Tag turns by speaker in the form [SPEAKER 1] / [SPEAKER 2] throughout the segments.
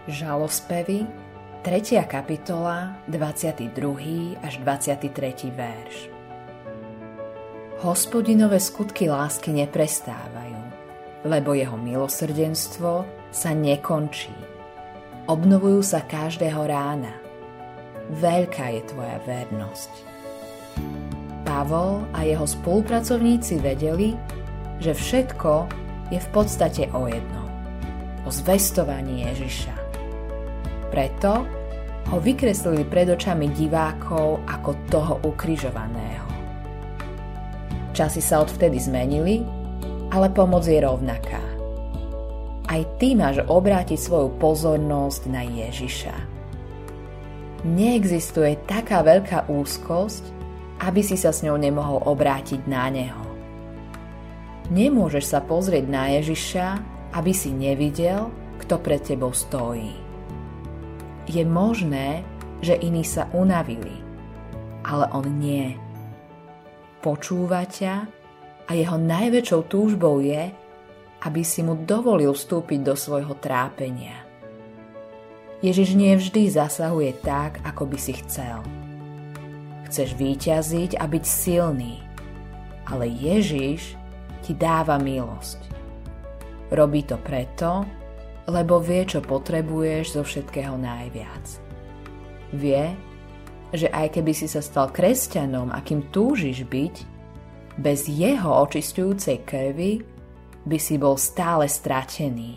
[SPEAKER 1] Žalospevy, 3. kapitola, 22. až 23. verš. Hospodinové skutky lásky neprestávajú, lebo jeho milosrdenstvo sa nekončí. Obnovujú sa každého rána. Veľká je tvoja vernosť. Pavol a jeho spolupracovníci vedeli, že všetko je v podstate o jednom. O zvestovaní Ježiša. Preto ho vykreslili pred očami divákov ako toho ukrižovaného. Časy sa odvtedy zmenili, ale pomoc je rovnaká. Aj ty máš obrátiť svoju pozornosť na Ježiša. Neexistuje taká veľká úzkosť, aby si sa s ňou nemohol obrátiť na neho. Nemôžeš sa pozrieť na Ježiša, aby si nevidel, kto pred tebou stojí. Je možné, že iní sa unavili, ale on nie. Počúva ťa a jeho najväčšou túžbou je, aby si mu dovolil vstúpiť do svojho trápenia. Ježiš nie vždy zasahuje tak, ako by si chcel. Chceš víťaziť a byť silný, ale Ježiš ti dáva milosť. Robí to preto, lebo vie, čo potrebuješ zo všetkého najviac. Vie, že aj keby si sa stal kresťanom, akým túžiš byť, bez jeho očisťujúcej krvi by si bol stále stratený.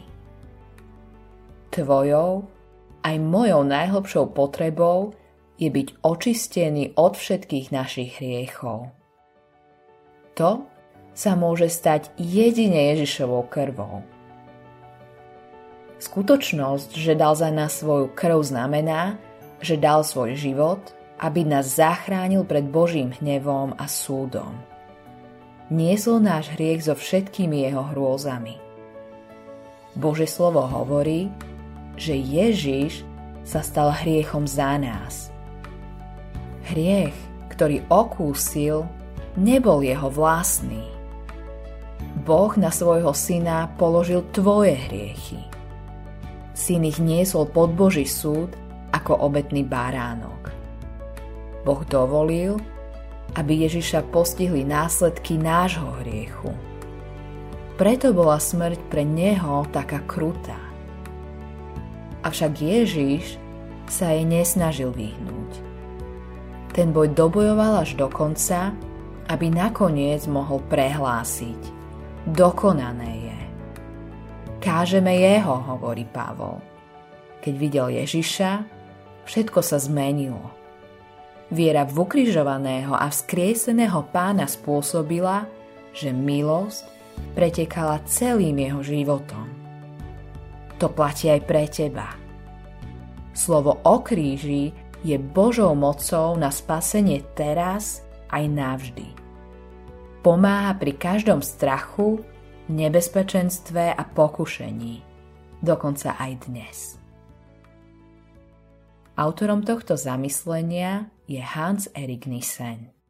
[SPEAKER 1] Tvojou aj mojou najhlbšou potrebou je byť očistený od všetkých našich hriechov. To sa môže stať jedine Ježišovou krvou. Skutočnosť, že dal za nás svoju krv, znamená, že dal svoj život, aby nás zachránil pred Božím hnevom a súdom. Niesol náš hriech so všetkými jeho hrôzami. Božie slovo hovorí, že Ježiš sa stal hriechom za nás. Hriech, ktorý okúsil, nebol jeho vlastný. Boh na svojho syna položil tvoje hriechy. Syn ich niesol pod Boží súd ako obetný baránok. Boh dovolil, aby Ježiša postihli následky nášho hriechu. Preto bola smrť pre neho taká krutá. Avšak Ježiš sa jej nesnažil vyhnúť. Ten boj dobojoval až do konca, aby nakoniec mohol prehlásiť: dokonané je. Kážeme jeho, hovorí Pavol. Keď videl Ježiša, všetko sa zmenilo. Viera v ukrižovaného a vzkrieseného Pána spôsobila, že milosť pretekala celým jeho životom. To platí aj pre teba. Slovo o kríži je Božou mocou na spasenie teraz aj navždy. Pomáha pri každom strachu, nebezpečenstve a pokušení, dokonca aj dnes. Autorom tohto zamyslenia je Hans-Erik Nissen.